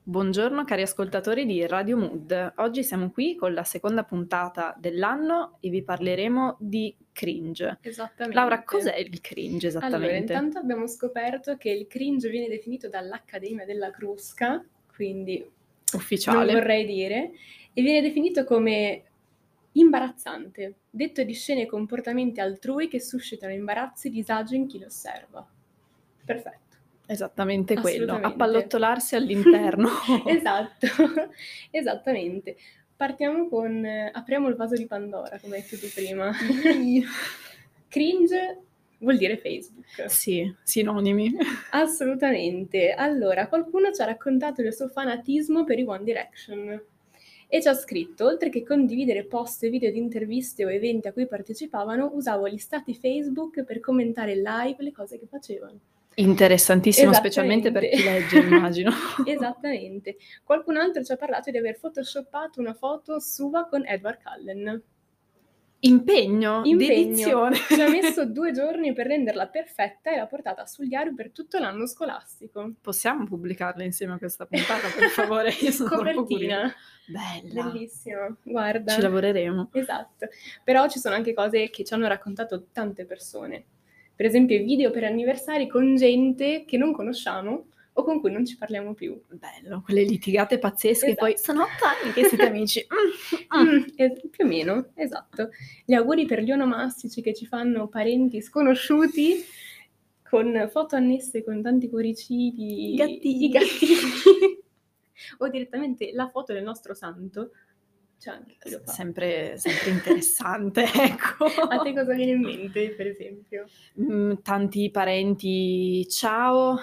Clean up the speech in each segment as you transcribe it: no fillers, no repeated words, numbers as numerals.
Buongiorno cari ascoltatori di Radio Mood. Oggi siamo qui con la seconda puntata dell'anno e vi parleremo di cringe. Laura, cos'è Esattamente. il cringe Allora, esattamente? intanto abbiamo scoperto che il cringe viene definito dall'Accademia della Crusca, quindi non Ufficiale. vorrei dire, e viene definito come imbarazzante, detto di scene e comportamenti altrui che suscitano imbarazzo e disagio in chi lo osserva. Perfetto. Esattamente quello, Assolutamente. appallottolarsi all'interno. Esatto, esattamente. Partiamo con apriamo il vaso di Pandora, come hai detto tu prima. Ih. Cringe vuol dire Facebook. Sì, sinonimi. Assolutamente. Allora, qualcuno ci ha raccontato del suo fanatismo per i One Direction e ci ha scritto: "Oltre che condividere post e video di interviste o eventi a cui partecipavano, usavo gli stati Facebook per commentare live le cose che facevano". Interessantissimo, specialmente per Esattamente. chi legge, immagino. Esattamente. Qualcun altro ci ha parlato di aver photoshoppato una foto sua con Edward Cullen. Impegno, Impegno. dedizione. Ci ha messo 2 giorni per renderla perfetta e l'ha portata sul diario per tutto l'anno scolastico. Possiamo pubblicarla insieme a questa puntata, per favore? Io sono troppo curiosa. Copertina. Bella, Bellissima, ci guarda. lavoreremo. Esatto. Però ci sono anche cose che ci hanno raccontato tante persone. Per esempio video per anniversari con gente che non conosciamo o con cui non ci parliamo più. Bello, quelle litigate pazzesche, poi Esatto. sono 8 anni che siete amici. Mh. Più o meno, esatto. Gli auguri per gli onomastici che ci fanno parenti sconosciuti, con foto annesse con tanti I cuoricini, i gattini. gattini, o direttamente la foto del nostro santo. C'è anche chi lo fa. Sempre interessante, ecco. A te cosa viene in mente, per esempio? Tanti parenti: "Ciao,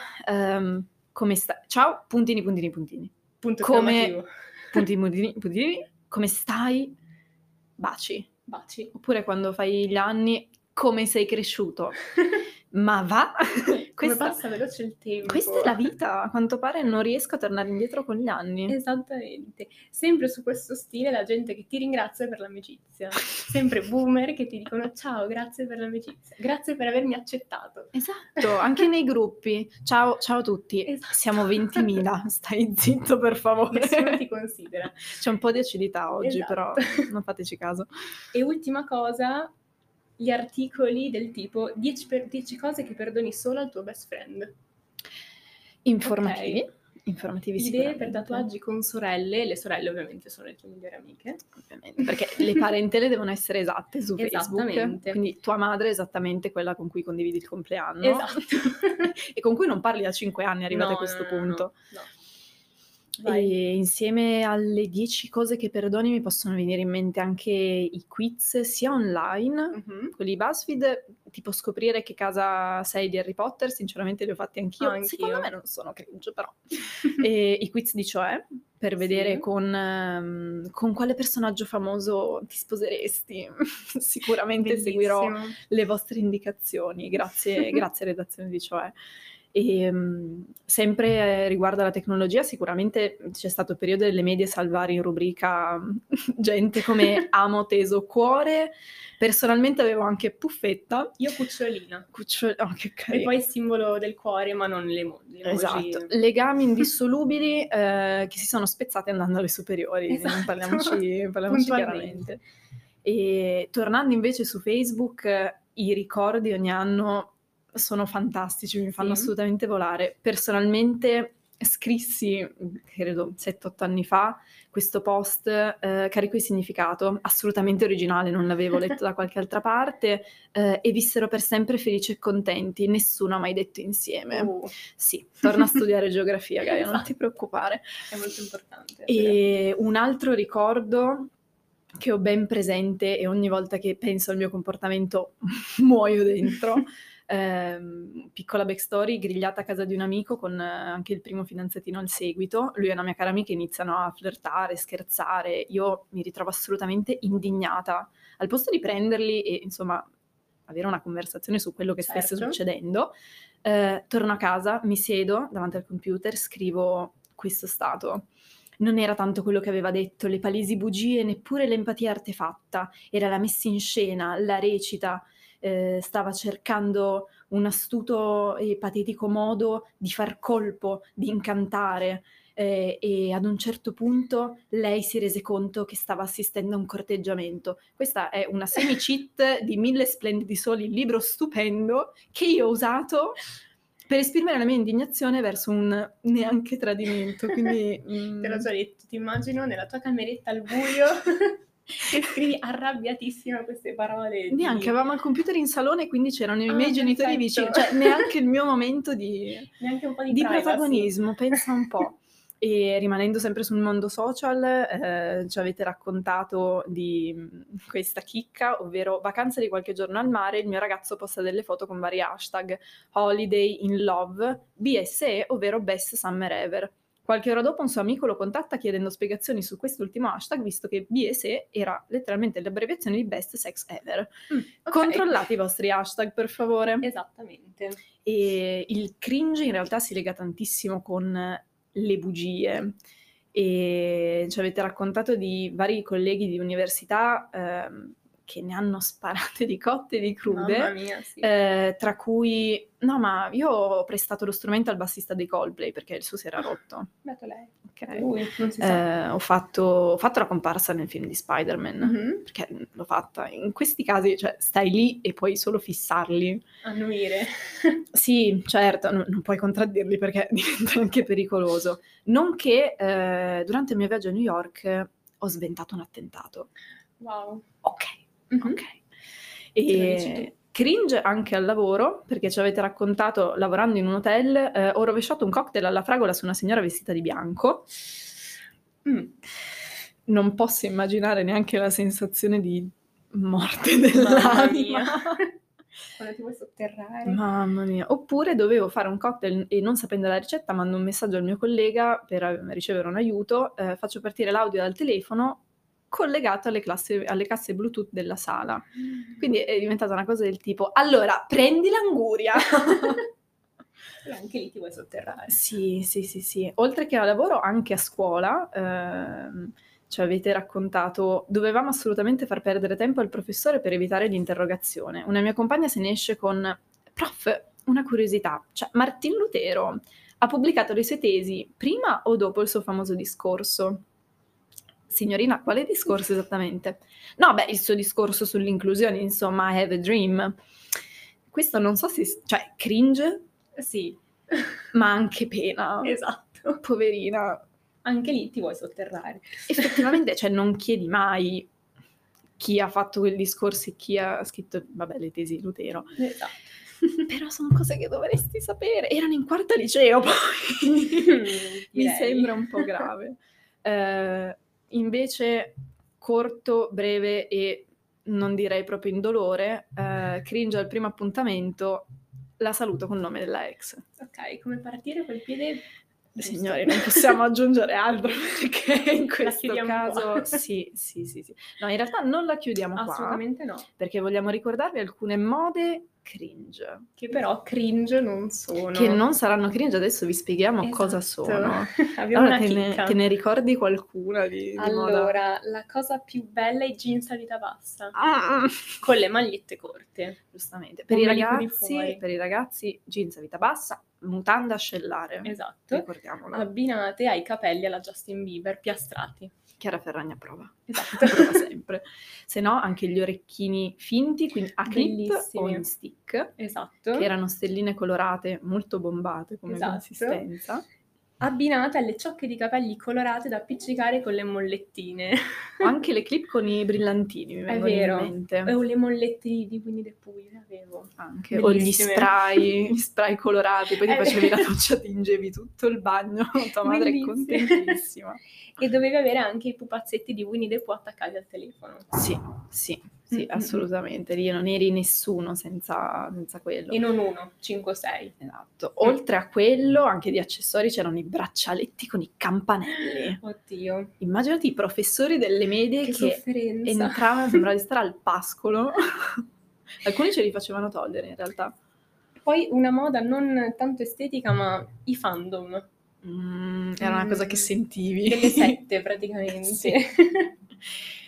come sta" ciao, puntini, puntini, puntini. Punto Come esclamativo. puntini, puntini, puntini, "Come stai?" Baci. Baci. Oppure quando fai gli anni: "Come sei cresciuto?" Ma va? Come Questa passa veloce il questa tempo. è la vita, a quanto pare non riesco a tornare indietro con gli anni. Esattamente. Sempre su questo stile la gente che ti ringrazia per l'amicizia. Sempre boomer che ti dicono: "Ciao, grazie per l'amicizia. Grazie per avermi accettato." Esatto, anche nei gruppi. Ciao a tutti, Esatto. siamo 20.000, stai zitto per favore. Nessuno ti considera. C'è un po' di acidità oggi, però Esatto. non fateci caso. E ultima cosa, gli articoli del tipo 10 cose che perdoni solo al tuo best friend. Informativi, Okay. informativi Idee per sicuramente, tatuaggi con sorelle, le sorelle ovviamente sono le tue migliori amiche. ovviamente, perché le parentele devono essere esatte su Facebook, Esattamente. quindi tua madre è esattamente quella con cui condividi il compleanno Esatto. e con cui non parli da 5 anni arrivati a No, no, questo no, no, punto. no. Vai. E insieme alle 10 cose che perdoni mi possono venire in mente anche i quiz sia online, Mh-mh. quelli BuzzFeed, tipo scoprire che casa sei di Harry Potter, sinceramente li ho fatti anch'io. Secondo me Anch'io. non sono cringe però. I quiz di Cioè, per vedere Sì, con quale personaggio famoso ti sposeresti. Sicuramente seguirò bellissimo. le vostre indicazioni. Grazie redazione di Cioè. Sempre riguardo alla tecnologia, sicuramente c'è stato il periodo delle medie salvare in rubrica gente come amo, teso, cuore. Personalmente avevo anche Puffetta, Io cucciolina che e poi carino. il simbolo del cuore, ma non Esatto, l'emoji. legami indissolubili, che si sono spezzati andando alle superiori, Esatto, parliamoci puntualmente. chiaramente. Tornando invece su Facebook, i ricordi ogni anno sono fantastici, mi fanno Sì, assolutamente volare. Personalmente scrissi, credo 7, 8 anni fa, questo post, carico di significato, assolutamente originale, non l'avevo letto da qualche altra parte, "E vissero per sempre felici e contenti, nessuno ha mai detto insieme". uh. Sì, torna a studiare geografia Gaia, non ti Esatto, preoccupare. è molto importante la geografia. Un altro ricordo che ho ben presente e ogni volta che penso al mio comportamento muoio dentro, piccola backstory, grigliata a casa di un amico con anche il primo fidanzatino al seguito. Lui e una mia cara amica iniziano a flirtare, scherzare. Io mi ritrovo assolutamente indignata. Al posto di prenderli e insomma avere una conversazione su quello che stesse Certo. succedendo, torno a casa, mi siedo davanti al computer, scrivo questo stato. Non era tanto quello che aveva detto, le palesi bugie, neppure l'empatia artefatta, era la messa in scena, la recita, stava cercando un astuto e patetico modo di far colpo, di incantare, e ad un certo punto lei si rese conto che stava assistendo a un corteggiamento. Questa è una semi-cheat di 1000 splendidi soli, libro stupendo che io ho usato per esprimere la mia indignazione verso un neanche tradimento, quindi Te l'ho già detto, ti immagino nella tua cameretta al buio che scrivi arrabbiatissima queste parole neanche, avevamo il computer in salone, quindi c'erano i miei genitori vicino, perfetto. cioè neanche il mio momento Neanche un po' di di privacy. protagonismo, pensa un po'. E rimanendo sempre sul mondo social, ci avete raccontato di questa chicca, ovvero vacanza di qualche giorno al mare, il mio ragazzo posta delle foto con vari hashtag, holiday, in love, BSE, ovvero best summer ever. Qualche ora dopo un suo amico lo contatta chiedendo spiegazioni su quest'ultimo hashtag, visto che BSE era letteralmente l'abbreviazione di best sex ever. Ok. Controllate i vostri hashtag, per favore. Esattamente. E il cringe in realtà si lega tantissimo con le bugie, e ci avete raccontato di vari colleghi di università che ne hanno sparate di cotte e di Mamma crude, mia, sì. tra cui no, ma io ho prestato lo strumento al bassista dei Coldplay perché il suo si era rotto. Beato lei. Ok. Lui, non si sa. Ho fatto la comparsa nel film di Spider-Man, Mhm. perché l'ho fatta. In questi casi, cioè, stai lì e puoi solo fissarli. Annuire. Sì, certo, non puoi contraddirli perché diventa anche pericoloso. Nonché, durante il mio viaggio a New York ho sventato un attentato. Wow. Ok, Mhm. ok. Se lo dici tu. E cringe anche al lavoro, perché ci avete raccontato, lavorando in un hotel, ho rovesciato un cocktail alla fragola su una signora vestita di bianco. Non posso immaginare neanche la sensazione di morte Mamma dell'anima. mia. Quando ti vuoi sotterrare. Mamma mia. Oppure dovevo fare un cocktail e non sapendo la ricetta mando un messaggio al mio collega per ricevere un aiuto, faccio partire l'audio dal telefono collegato alle casse Bluetooth della sala. Quindi è diventata una cosa del tipo: allora, prendi l'anguria. Però anche lì ti vuoi sotterrare. Sì, sì, sì, sì. Oltre che a lavoro, anche a scuola, ci avete raccontato, dovevamo assolutamente far perdere tempo al professore per evitare l'interrogazione. Una mia compagna se ne esce con: prof, una curiosità, cioè Martin Lutero ha pubblicato le sue tesi prima o dopo il suo famoso discorso? Signorina, quale discorso esattamente? No, beh, il suo discorso sull'inclusione, insomma, I have a dream. Questo non so se, cioè, cringe, Sì. ma anche pena. Esatto. Poverina. Anche lì ti vuoi sotterrare. Effettivamente, cioè, non chiedi mai chi ha fatto quel discorso e chi ha scritto, vabbè, le tesi di Lutero. Esatto. Però sono cose che dovresti sapere. Erano in quarta liceo, poi. Mi Direi. sembra un po' grave. Invece, corto, breve e non direi proprio indolore, cringe al primo appuntamento, la saluto con il nome della ex. Ok, come partire col piede giusto. Signori, non possiamo aggiungere altro perché in questo chiudiamo caso qua. sì. No, in realtà non la chiudiamo qua, Assolutamente no. perché vogliamo ricordarvi alcune mode cringe. Che però cringe non sono. Che non saranno cringe, adesso vi spieghiamo cosa Esatto. sono. Abbiamo Allora, una chicca. te ne ricordi qualcuna di moda? Allora, la cosa più bella è i jeans a vita bassa, Ah, con le magliette corte. giustamente. Un melicuri fuori. Per i ragazzi, jeans a vita bassa, mutanda a ascellare. Esatto. Ricordiamolo. Abbinate ai capelli alla Justin Bieber, piastrati. Chiara Ferragna prova. Esatto. Prova sempre. Se no, anche gli orecchini finti, quindi a clip Bellissimi. o in stick, Esatto. che erano stelline colorate, molto bombate come Esatto. consistenza. Abbinate alle ciocche di capelli colorate da appiccicare con le mollettine. O anche le clip con i brillantini, mi È vengono in vero. mente. O le mollette di Winnie the Pooh, le avevo. Anche. Bellissime. O gli spray colorati, poi ti È facevi la vero. doccia, tingevi tutto il bagno, tua madre è Bellissime. contentissima. E dovevi avere anche i pupazzetti di Winnie the Pooh attaccati al telefono. Sì, assolutamente. Lì non eri nessuno senza quello. E non 1, 5, 6. Esatto. Oltre a quello, anche di accessori c'erano i braccialetti con i campanelli. Oddio. Immaginati i professori delle medie Che che sofferenza. entravano, sembrava di stare al pascolo. Alcuni ce li facevano togliere in realtà. Poi una moda non tanto estetica, ma i fandom. Era una cosa che sentivi. Delle sette praticamente. Sì.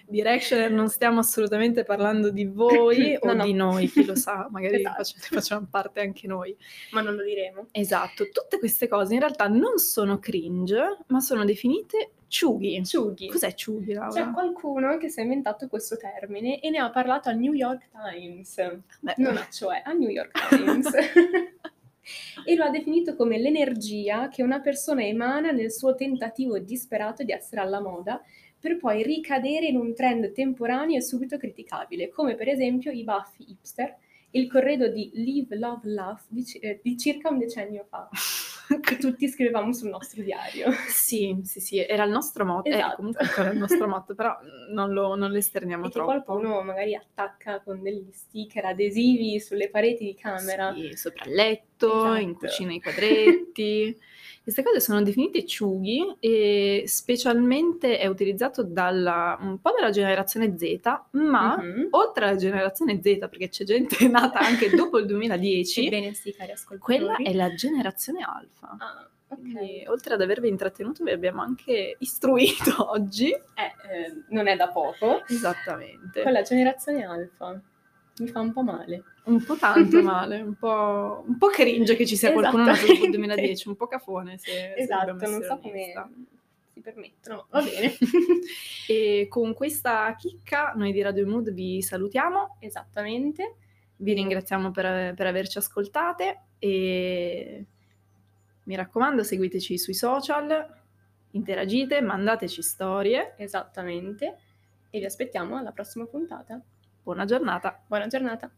Directioner, non stiamo assolutamente parlando di voi o No. di noi, chi lo sa, magari Esatto. facciamo parte anche noi. Ma non lo diremo. Esatto, tutte queste cose in realtà non sono cringe, ma sono definite chughi. Chughi. Cos'è chughi, C'è Laura? qualcuno che si è inventato questo termine e ne ha parlato al New York Times. Beh. Non a cioè, al New York Times. E lo ha definito come l'energia che una persona emana nel suo tentativo disperato di essere alla moda, per poi ricadere in un trend temporaneo e subito criticabile, come per esempio i baffi hipster, il corredo di Live, Love, Laugh di circa un decennio fa, che tutti scrivevamo sul nostro diario. Sì, era il nostro motto, Esatto. comunque ancora il nostro motto, però non lo esterniamo E che troppo. qualcuno magari attacca con degli sticker adesivi sulle pareti di camera. Sì, sopra il letto, in Esatto. cucina i quadretti. Queste cose sono definite chughi e specialmente è utilizzato un po' dalla generazione Z, ma oltre alla generazione Z, perché c'è gente nata anche dopo il 2010, Ebbene sì, cari ascoltatori. quella è la generazione alfa. Ah, Quindi, ok. oltre ad avervi intrattenuto, vi abbiamo anche istruito oggi. Non è da poco. Esattamente. Con la generazione alfa. Mi fa un po' male. Un po' tanto male, un po' cringe che ci sia qualcuno nato dopo il 2010, un po' cafone se Esatto, dobbiamo non essere so onesta. come si permettono. Va bene. E con questa chicca noi di Radio Mood vi salutiamo, Esattamente. vi ringraziamo per averci ascoltate e mi raccomando seguiteci sui social, interagite, mandateci storie. Esattamente. E vi aspettiamo alla prossima puntata. Buona giornata. Buona giornata.